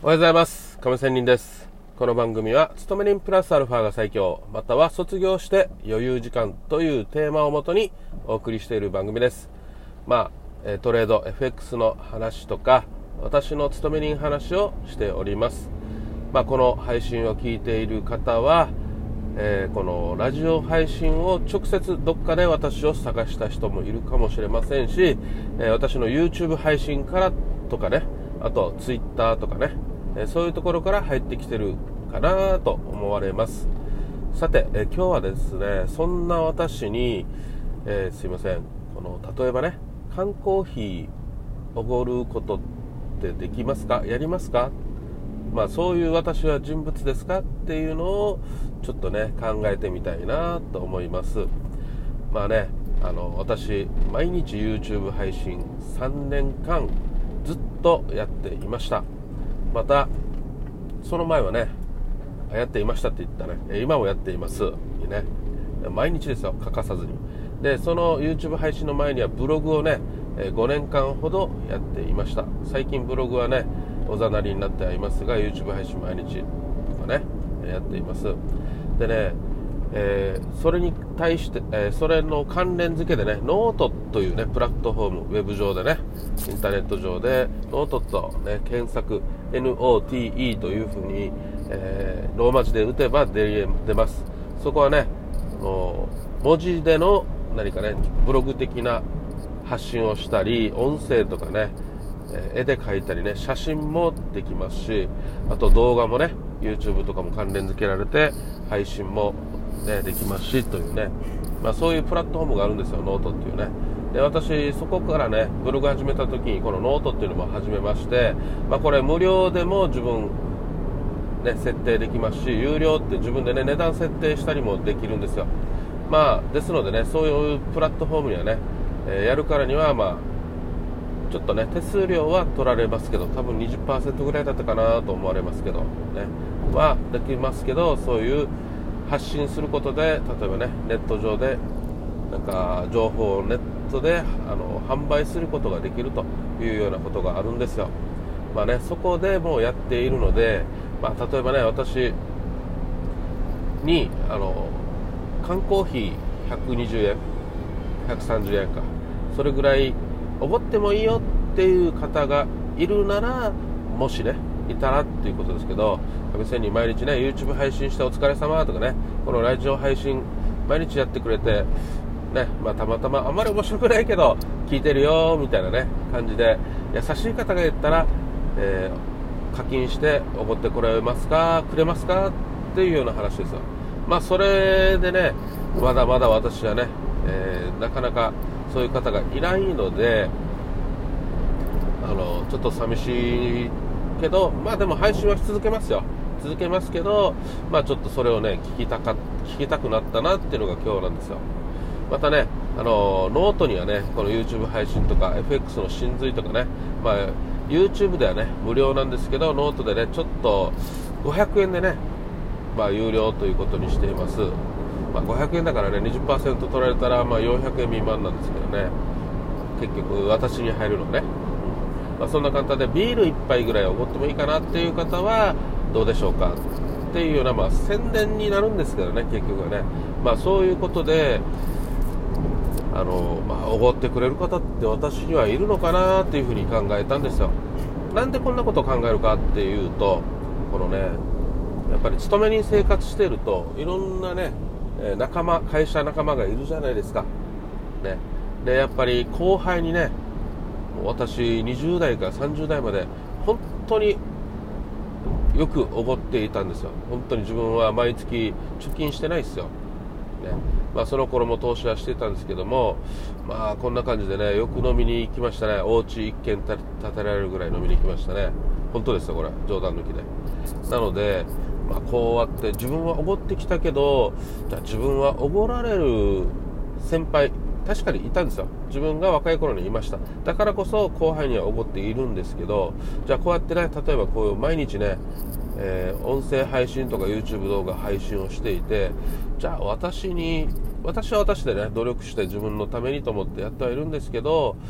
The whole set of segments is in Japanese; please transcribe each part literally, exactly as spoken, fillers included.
おはようございます。亀仙人です。この番組は勤め人プラスアルファが最強、または卒業して余裕時間というテーマをもとにお送りしている番組です。まあトレード エフエックス の話とか私の勤め人話をしております。まあ、この配信を聞いている方は、えー、このラジオ配信を直接どっかで私を探した人もいるかもしれませんし、えー、私の YouTube 配信からとかね、あと Twitter とかね、えー、そういうところから入ってきてるかなと思われます。さて、えー、今日はですね、そんな私に、えー、すいません、この例えばね、缶コーヒーおごることってできますか？やりますか？まあ、そういう私は人物ですかっていうのをちょっとね考えてみたいなと思います。まあね、あの私毎日 YouTube 配信さんねんかんずっとやっていました。またその前はねやっていましたって言ったね、今もやっていますね。毎日ですよ、欠かさずに。でその YouTube 配信の前にはブログをねごねんかんほどやっていました。最近ブログはねおざなりになってはいますが YouTube 配信毎日とかねやっています。でね、えー、それに対して、えー、それの関連付けでねノートというねプラットフォーム、ウェブ上でねインターネット上でノートと、ね、検索 エヌオーティーイー というふうに、えー、ローマ字で打てば 出, 出ます。そこはねの文字での何かねブログ的な発信をしたり、音声とかね絵で描いたりね写真もできますし、あと動画もね YouTube とかも関連付けられて配信も、ね、できますしというね、まあ、そういうプラットフォームがあるんですよ、ノートっていうね。で私そこからねブログ始めた時にこのノートっていうのも始めまして、まあ、これ無料でも自分ね設定できますし、有料って自分でね値段設定したりもできるんですよ。まあですのでね、そういうプラットフォームにはね、えー、やるからにはまあちょっとね手数料は取られますけど、多分 にじゅっパーセント ぐらいだったかなと思われますけどねはできますけど、そういう発信することで例えばねネット上でなんか情報をネットであの販売することができるというようなことがあるんですよ。まあね、そこでもうやっているので、まあ、例えばね私にあの缶コーヒーひゃくにじゅうえんひゃくさんじゅうえんか、それぐらいおごってもいいよっていう方がいるなら、もしねいたらっていうことですけど、亀仙人毎日ね YouTube 配信してお疲れ様とかね、このラジオ配信毎日やってくれてね、まあ、たまたまあんまり面白くないけど聞いてるよみたいなね感じで優しい方がいたら、えー、課金しておごってくれますかくれますかっていうような話ですよ。まあそれでねまだまだ私はね、えー、なかなかそういう方がいないので、あのちょっと寂しいけど、まあでも配信はし続けますよ続けますけど、まあちょっとそれをね聞きたか聞きたくなったなっていうのが今日なんですよ。またねあのノートにはねこの YouTube 配信とか エフエックス の真髄とかね、まあ YouTube ではね無料なんですけど、ノートでねちょっとごひゃくえんでねまあ有料ということにしています。まあ、ごひゃくえんだからね にじゅっパーセント 取られたらまあよんひゃくえん未満なんですけどね、結局私に入るのね、まあ、そんな簡単でビールいっぱいぐらいおごってもいいかなっていう方はどうでしょうかっていうような、まあ、宣伝になるんですけどね、結局はね、まあ、そういうことであの、まあ、おごってくれる方って私にはいるのかなっていうふうに考えたんですよ。なんでこんなことを考えるかっていうと、このねやっぱり勤め人生活しているといろんなね仲間会社仲間がいるじゃないですか、ね、でやっぱり後輩にね、私にじゅう代からさんじゅう代まで本当によくおごっていたんですよ。本当に自分は毎月貯金してないですよ、ね。まあ、その頃も投資はしてたんですけども、まあこんな感じでねよく飲みに行きましたね。お家一軒建てられるぐらい飲みに行きましたね。本当ですよ、これ冗談抜きで。なのでまあ、こうやって自分はおごってきたけど、じゃあ自分はおごられる先輩確かにいたんですよ。自分が若い頃にいました。だからこそ後輩にはおごっているんですけど、じゃあこうやってね例えばこういう毎日ね、えー、音声配信とか YouTube 動画配信をしていて、じゃあ私に私は私でね努力して自分のためにと思ってやってはいるんですけど、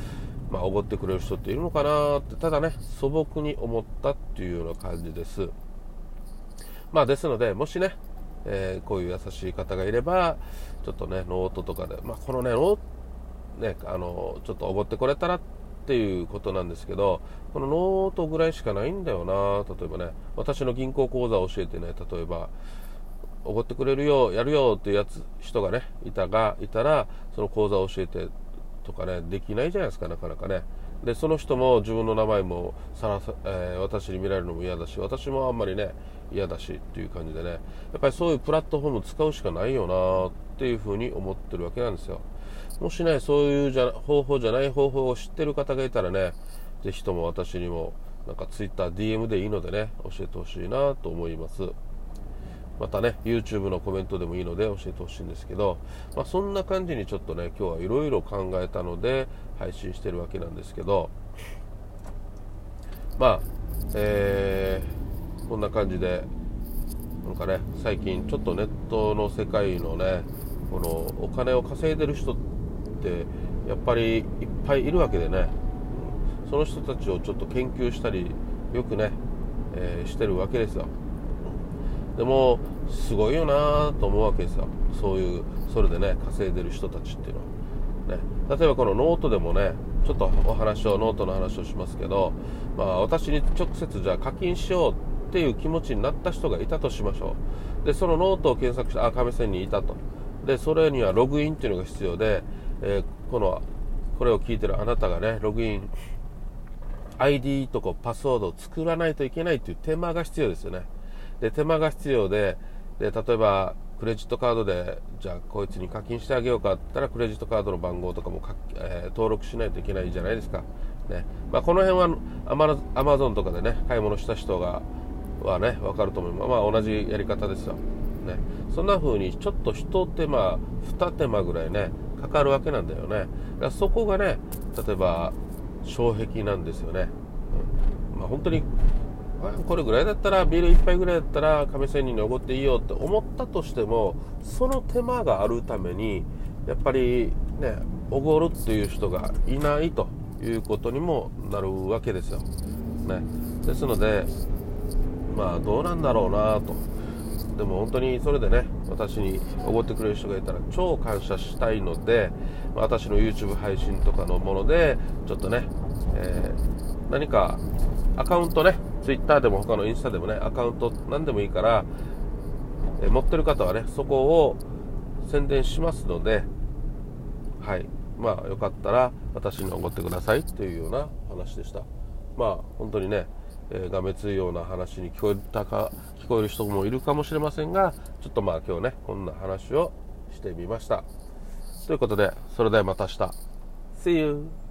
まあおごってくれる人っているのかなって、ただね素朴に思ったっていうような感じです。まあですので、もしね、えー、こういう優しい方がいればちょっとねノートとかで、まあこのねノートね、あのちょっとおごってこれたらっていうことなんですけど、このノートぐらいしかないんだよな。例えばね、私の銀行口座を教えてね、例えばおごってくれるよ、やるよっていうやつ人がねいたがいたら、その口座を教えてとかねできないじゃないですか、なかなかね。でその人も自分の名前もさらさ、えー、私に見られるのも嫌だし、私もあんまりね嫌だしっていう感じでね、やっぱりそういうプラットフォーム使うしかないよなっていうふうに思ってるわけなんですよ。もしねそういうじゃ方法じゃない方法を知ってる方がいたらね、ぜひとも私にもなんかツイッター ディーエム でいいのでね教えてほしいなと思います。またね YouTube のコメントでもいいので教えてほしいんですけど、まあ、そんな感じにちょっとね今日はいろいろ考えたので配信してるわけなんですけど、まあえー、こんな感じでなんかね最近ちょっとネットの世界のねこのお金を稼いでる人ってやっぱりいっぱいいるわけでね、その人たちをちょっと研究したりよくね、えー、してるわけですよ。でもすごいよなと思うわけですよ、そういうそれでね稼いでる人たちっていうのは、ね、例えばこのノートでもねちょっとお話をノートの話をしますけど、まあ、私に直接じゃあ課金しようっていう気持ちになった人がいたとしましょう。でそのノートを検索して、あ、亀仙にいたと。でそれにはログインっていうのが必要で、えー、このこれを聞いてるあなたがねログイン アイディー とかパスワードを作らないといけないっていう手間が必要ですよね。で手間が必要で、で例えばクレジットカードでじゃあこいつに課金してあげようかって言ったらクレジットカードの番号とかもか、えー、登録しないといけないじゃないですか、ね。まあ、この辺はアマアマゾンとかでね買い物した人がはね分かると思います。まあ同じやり方ですよ、ね。そんな風にちょっと一手間二手間ぐらいねかかるわけなんだよね。だからそこがね例えば障壁なんですよね、うん。まあ、本当にこれぐらいだったらビールいっぱいぐらいだったら亀仙人におごっていいよって思ったとしても、その手間があるためにやっぱりねおごるっていう人がいないということにもなるわけですよ、ね。ですのでまあどうなんだろうなと。でも本当にそれでね私におごってくれる人がいたら超感謝したいので、私の YouTube 配信とかのものでちょっとね、えー、何かアカウントね、ツイッターでも他のインスタでもねアカウント何でもいいから、えー、持ってる方はねそこを宣伝しますので、はい、まあよかったら私におごってくださいというような話でした。まあ本当にね、えー、がめついような話に聞こえたか聞こえる人もいるかもしれませんが、ちょっとまあ今日ねこんな話をしてみましたということで、それではまた明日 See you